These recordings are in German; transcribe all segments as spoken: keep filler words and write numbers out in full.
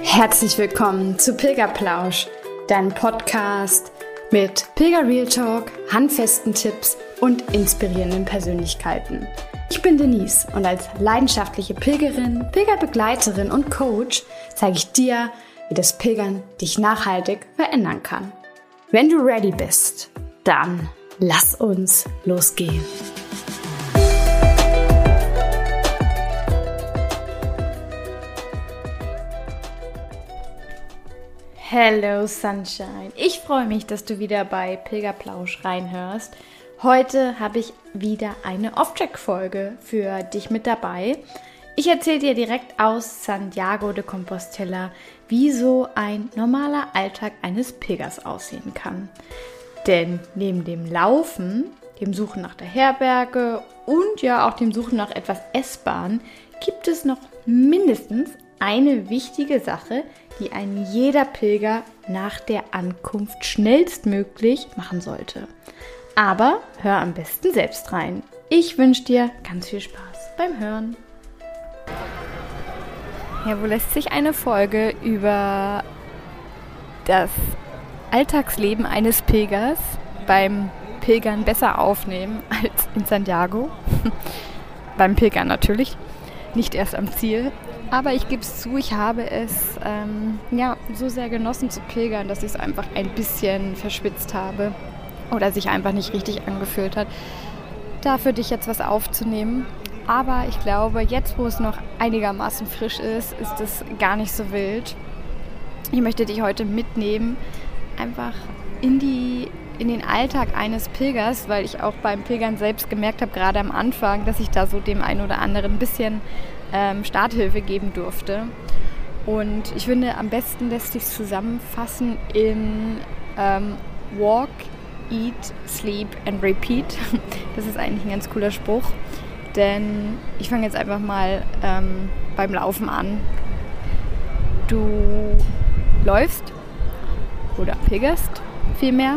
Herzlich willkommen zu Pilgerplausch, deinem Podcast mit Pilger Real Talk, handfesten Tipps und inspirierenden Persönlichkeiten. Ich bin Denise und als leidenschaftliche Pilgerin, Pilgerbegleiterin und Coach zeige ich dir, wie das Pilgern dich nachhaltig verändern kann. Wenn du ready bist, dann lass uns losgehen. Hello Sunshine, ich freue mich, dass du wieder bei Pilgerplausch reinhörst. Heute habe ich wieder eine Off-Track-Folge für dich mit dabei. Ich erzähle dir direkt aus Santiago de Compostela, wie so ein normaler Alltag eines Pilgers aussehen kann. Denn neben dem Laufen, dem Suchen nach der Herberge und ja auch dem Suchen nach etwas Essbaren gibt es noch mindestens eine wichtige Sache, die ein jeder Pilger nach der Ankunft schnellstmöglich machen sollte. Aber hör am besten selbst rein. Ich wünsche dir ganz viel Spaß beim Hören. Ja, wo lässt sich eine Folge über das Alltagsleben eines Pilgers beim Pilgern besser aufnehmen als in Santiago? Beim Pilgern natürlich, nicht erst am Ziel. Aber ich gebe es zu, ich habe es ähm, ja, so sehr genossen zu pilgern, dass ich es einfach ein bisschen verschwitzt habe oder sich einfach nicht richtig angefühlt hat, da für dich jetzt was aufzunehmen. Aber ich glaube, jetzt, wo es noch einigermaßen frisch ist, ist es gar nicht so wild. Ich möchte dich heute mitnehmen, einfach in, die, in den Alltag eines Pilgers, weil ich auch beim Pilgern selbst gemerkt habe, gerade am Anfang, dass ich da so dem einen oder anderen ein bisschen ähm, Starthilfe geben durfte. Und ich finde, am besten lässt sich zusammenfassen in ähm, Walk, Eat, Sleep and Repeat. Das ist eigentlich ein ganz cooler Spruch, denn ich fange jetzt einfach mal ähm, beim Laufen an. Du läufst oder pilgerst vielmehr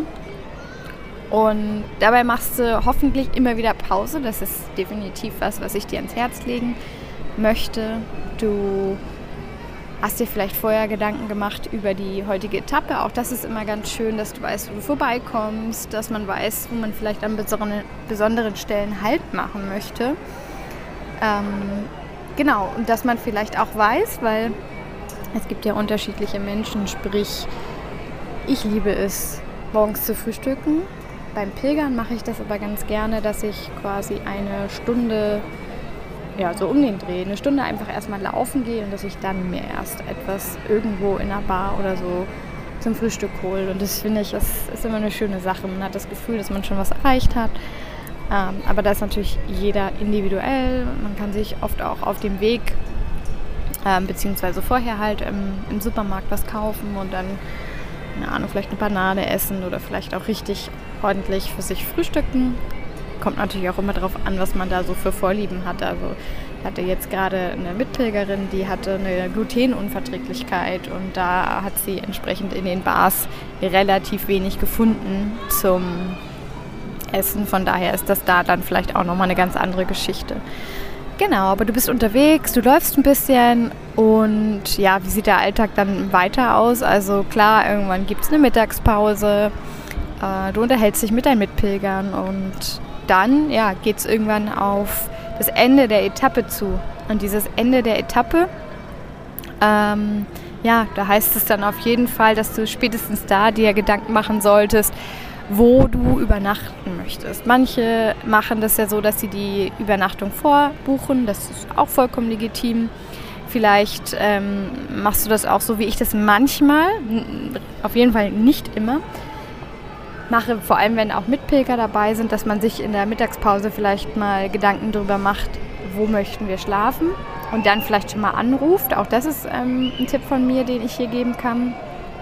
und dabei machst du hoffentlich immer wieder Pause. Das ist definitiv was, was ich dir ans Herz legen möchte. Du hast dir vielleicht vorher Gedanken gemacht über die heutige Etappe. Auch das ist immer ganz schön, dass du weißt, wo du vorbeikommst, dass man weiß, wo man vielleicht an besonderen, besonderen Stellen Halt machen möchte. Ähm, genau, und dass man vielleicht auch weiß, weil es gibt ja unterschiedliche Menschen, sprich, ich liebe es, morgens zu frühstücken. Beim Pilgern mache ich das aber ganz gerne, dass ich quasi eine Stunde, ja, so um den Dreh, eine Stunde einfach erstmal laufen gehe und dass ich dann mir erst etwas irgendwo in einer Bar oder so zum Frühstück hole. Und das finde ich, das ist immer eine schöne Sache. Man hat das Gefühl, dass man schon was erreicht hat. Ähm, aber da ist natürlich jeder individuell. Man kann sich oft auch auf dem Weg, ähm, beziehungsweise vorher halt im, im Supermarkt was kaufen und dann, keine Ahnung, vielleicht eine Banane essen oder vielleicht auch richtig ordentlich für sich frühstücken. Kommt natürlich auch immer darauf an, was man da so für Vorlieben hat. Also ich hatte jetzt gerade eine Mitpilgerin, die hatte eine Glutenunverträglichkeit und da hat sie entsprechend in den Bars relativ wenig gefunden zum Essen. Von daher ist das da dann vielleicht auch nochmal eine ganz andere Geschichte. Genau, aber du bist unterwegs, du läufst ein bisschen und ja, wie sieht der Alltag dann weiter aus? Also klar, irgendwann gibt es eine Mittagspause, äh, du unterhältst dich mit deinen Mitpilgern und dann ja, geht es irgendwann auf das Ende der Etappe zu. Und dieses Ende der Etappe, ähm, ja, da heißt es dann auf jeden Fall, dass du spätestens da dir Gedanken machen solltest, wo du übernachten möchtest. Manche machen das ja so, dass sie die Übernachtung vorbuchen. Das ist auch vollkommen legitim. Vielleicht ähm, machst du das auch so, wie ich das manchmal, auf jeden Fall nicht immer, mache, vor allem wenn auch Mitpilger dabei sind, dass man sich in der Mittagspause vielleicht mal Gedanken darüber macht, wo möchten wir schlafen und dann vielleicht schon mal anruft. Auch das ist ähm, ein Tipp von mir, den ich hier geben kann.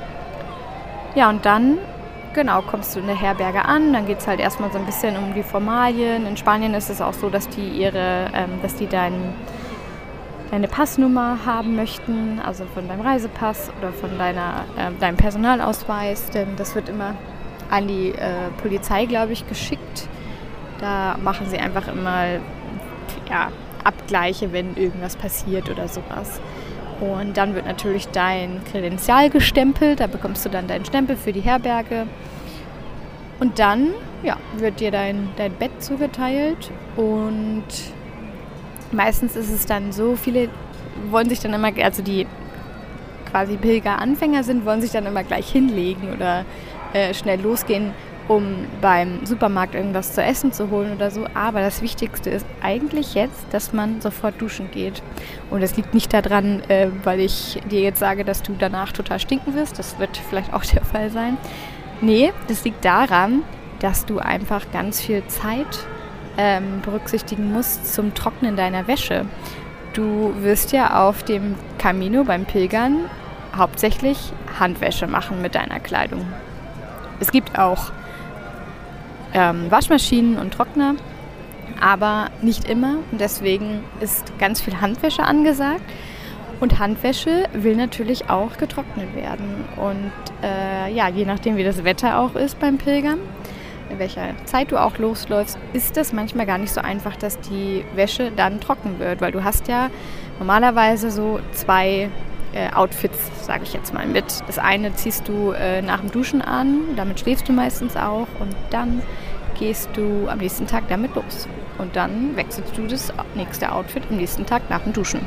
Ja, und dann, genau, kommst du in der Herberge an, dann geht es halt erstmal so ein bisschen um die Formalien. In Spanien ist es auch so, dass die ihre, ähm, dass die dein, deine Passnummer haben möchten, also von deinem Reisepass oder von deiner, äh, deinem Personalausweis, denn das wird immer an die äh, Polizei, glaube ich, geschickt. Da machen sie einfach immer ja, Abgleiche, wenn irgendwas passiert oder sowas. Und dann wird natürlich dein Kredenzial gestempelt, da bekommst du dann deinen Stempel für die Herberge. Und dann ja, wird dir dein, dein Bett zugeteilt und meistens ist es dann so, viele wollen sich dann immer, also die quasi Pilgeranfänger sind, wollen sich dann immer gleich hinlegen oder äh, schnell losgehen, um beim Supermarkt irgendwas zu essen zu holen oder so. Aber das Wichtigste ist eigentlich jetzt, dass man sofort duschen geht. Und das liegt nicht daran, äh, weil ich dir jetzt sage, dass du danach total stinken wirst. Das wird vielleicht auch der Fall sein. Nee, das liegt daran, dass du einfach ganz viel Zeit ähm, berücksichtigen musst zum Trocknen deiner Wäsche. Du wirst ja auf dem Camino beim Pilgern hauptsächlich Handwäsche machen mit deiner Kleidung. Es gibt auch ähm, Waschmaschinen und Trockner, aber nicht immer. Und deswegen ist ganz viel Handwäsche angesagt. Und Handwäsche will natürlich auch getrocknet werden. Und äh, ja, je nachdem, wie das Wetter auch ist beim Pilgern, in welcher Zeit du auch losläufst, ist das manchmal gar nicht so einfach, dass die Wäsche dann trocken wird. Weil du hast ja normalerweise so zwei äh, Outfits, sage ich jetzt mal, mit. Das eine ziehst du äh, nach dem Duschen an, damit schläfst du meistens auch. Und dann gehst du am nächsten Tag damit los. Und dann wechselst du das nächste Outfit am nächsten Tag nach dem Duschen.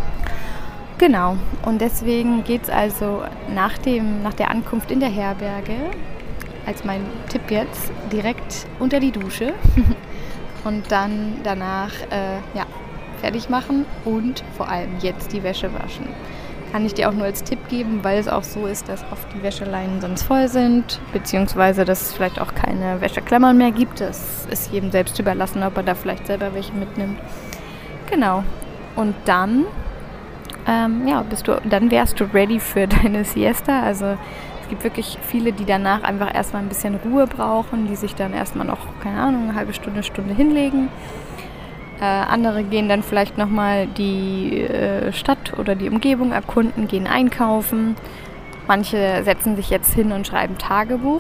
Genau, und deswegen geht es also nach, dem, nach der Ankunft in der Herberge, als mein Tipp jetzt, direkt unter die Dusche und dann danach äh, ja, fertig machen und vor allem jetzt die Wäsche waschen. Kann ich dir auch nur als Tipp geben, weil es auch so ist, dass oft die Wäscheleinen sonst voll sind, beziehungsweise dass es vielleicht auch keine Wäscheklammern mehr gibt. Das ist jedem selbst überlassen, ob er da vielleicht selber welche mitnimmt. Genau, und dann... Ähm, ja, bist du, dann wärst du ready für deine Siesta. Also es gibt wirklich viele, die danach einfach erstmal ein bisschen Ruhe brauchen, die sich dann erstmal noch, keine Ahnung, eine halbe Stunde, Stunde hinlegen. Äh, andere gehen dann vielleicht nochmal die äh, Stadt oder die Umgebung erkunden, gehen einkaufen. Manche setzen sich jetzt hin und schreiben Tagebuch.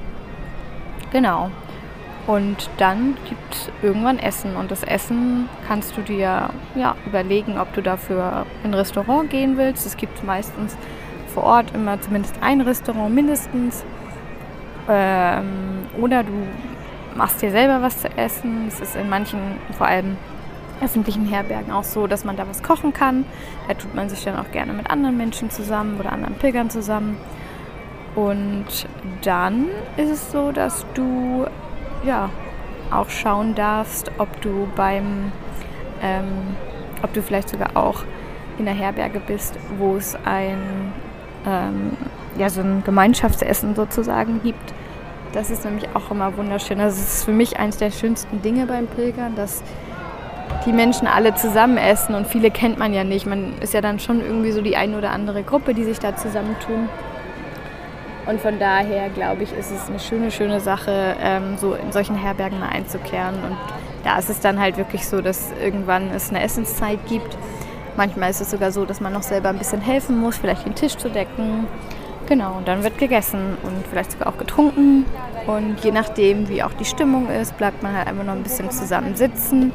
Genau. Und dann gibt es irgendwann Essen. Und das Essen kannst du dir ja, überlegen, ob du dafür in ein Restaurant gehen willst. Es gibt meistens vor Ort immer zumindest ein Restaurant mindestens. Ähm, oder du machst dir selber was zu essen. Es ist in manchen, vor allem öffentlichen Herbergen auch so, dass man da was kochen kann. Da tut man sich dann auch gerne mit anderen Menschen zusammen oder anderen Pilgern zusammen. Und dann ist es so, dass du ja, auch schauen darfst, ob du beim, ähm, ob du vielleicht sogar auch in der Herberge bist, wo es ein, ähm, ja, so ein Gemeinschaftsessen sozusagen gibt. Das ist nämlich auch immer wunderschön. Das ist für mich eines der schönsten Dinge beim Pilgern, dass die Menschen alle zusammen essen und viele kennt man ja nicht. Man ist ja dann schon irgendwie so die eine oder andere Gruppe, die sich da zusammentun. Und von daher, glaube ich, ist es eine schöne, schöne Sache, ähm, so in solchen Herbergen mal einzukehren. Und da ist es dann halt wirklich so, dass irgendwann es eine Essenszeit gibt. Manchmal ist es sogar so, dass man noch selber ein bisschen helfen muss, vielleicht den Tisch zu decken. Genau, und dann wird gegessen und vielleicht sogar auch getrunken. Und je nachdem, wie auch die Stimmung ist, bleibt man halt einfach noch ein bisschen zusammen sitzen.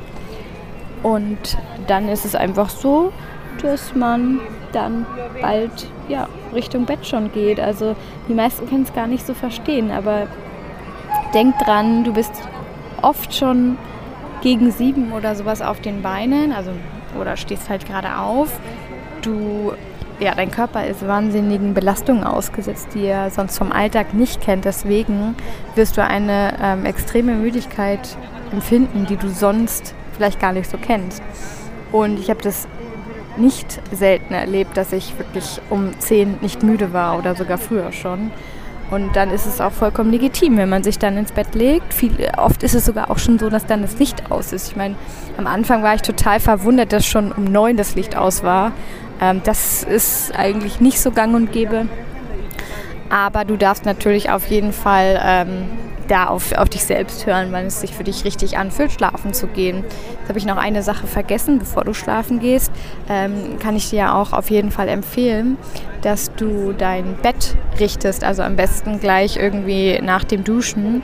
Und dann ist es einfach so, dass man dann bald ja, Richtung Bett schon geht. Also die meisten können es gar nicht so verstehen, aber denk dran, du bist oft schon gegen sieben oder sowas auf den Beinen, also oder stehst halt gerade auf. Du, ja, dein Körper ist wahnsinnigen Belastungen ausgesetzt, die er sonst vom Alltag nicht kennt. Deswegen wirst du eine ähm, extreme Müdigkeit empfinden, die du sonst vielleicht gar nicht so kennst. Und ich habe das nicht selten erlebt, dass ich wirklich um zehn nicht müde war oder sogar früher schon. Und dann ist es auch vollkommen legitim, wenn man sich dann ins Bett legt. Viel, oft ist es sogar auch schon so, dass dann das Licht aus ist. Ich meine, am Anfang war ich total verwundert, dass schon um neun das Licht aus war. Ähm, das ist eigentlich nicht so gang und gäbe. Aber du darfst natürlich auf jeden Fall ähm, da auf, auf dich selbst hören, weil es sich für dich richtig anfühlt, schlafen zu gehen. Jetzt habe ich noch eine Sache vergessen, bevor du schlafen gehst, ähm, kann ich dir ja auch auf jeden Fall empfehlen, dass du dein Bett richtest, also am besten gleich irgendwie nach dem Duschen,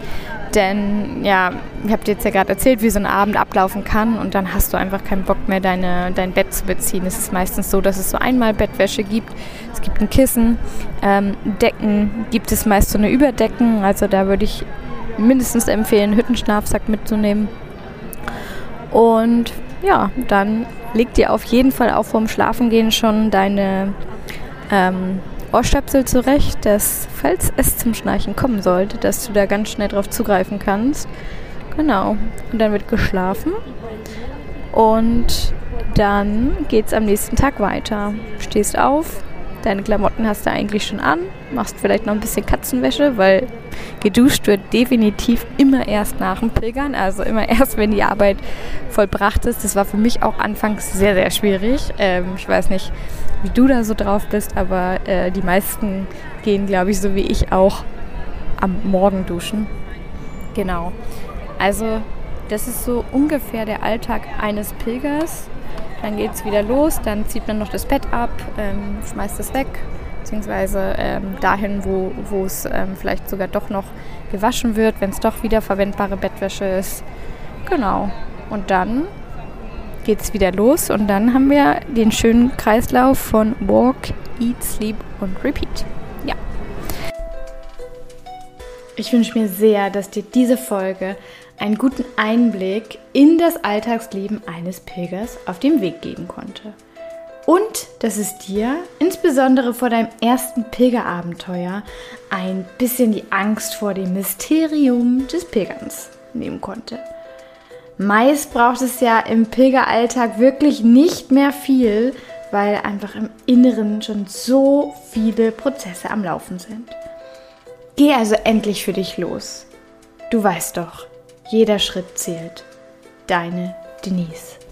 Denn ja, ich habe dir jetzt ja gerade erzählt, wie so ein Abend ablaufen kann und dann hast du einfach keinen Bock mehr, deine, dein Bett zu beziehen. Es ist meistens so, dass es so einmal Bettwäsche gibt, es gibt ein Kissen, ähm, Decken gibt es meist so eine Überdecken, also da würde ich mindestens empfehlen, einen Hüttenschlafsack mitzunehmen. Und ja, dann leg dir auf jeden Fall auch vorm Schlafengehen schon deine ähm, Ohrstöpsel zurecht, dass, falls es zum Schnarchen kommen sollte, dass du da ganz schnell drauf zugreifen kannst. Genau. Und dann wird geschlafen. Und dann geht's am nächsten Tag weiter. Stehst auf, deine Klamotten hast du eigentlich schon an, machst vielleicht noch ein bisschen Katzenwäsche, weil geduscht wird definitiv immer erst nach dem Pilgern, also immer erst, wenn die Arbeit vollbracht ist. Das war für mich auch anfangs sehr, sehr schwierig. Ähm, ich weiß nicht, wie du da so drauf bist, aber äh, die meisten gehen, glaube ich, so wie ich auch am Morgen duschen. Genau. Also das ist so ungefähr der Alltag eines Pilgers. Dann geht es wieder los, dann zieht man noch das Bett ab, ähm, schmeißt es weg, beziehungsweise ähm, dahin, wo wo es ähm, vielleicht sogar doch noch gewaschen wird, wenn es doch wieder verwendbare Bettwäsche ist. Genau. Und dann geht es wieder los und dann haben wir den schönen Kreislauf von Walk, Eat, Sleep und Repeat. Ja. Ich wünsche mir sehr, dass dir diese Folge einen guten Einblick in das Alltagsleben eines Pilgers auf dem Weg geben konnte. Und dass es dir, insbesondere vor deinem ersten Pilgerabenteuer, ein bisschen die Angst vor dem Mysterium des Pilgerns nehmen konnte. Meist braucht es ja im Pilgeralltag wirklich nicht mehr viel, weil einfach im Inneren schon so viele Prozesse am Laufen sind. Geh also endlich für dich los. Du weißt doch, jeder Schritt zählt. Deine Denise.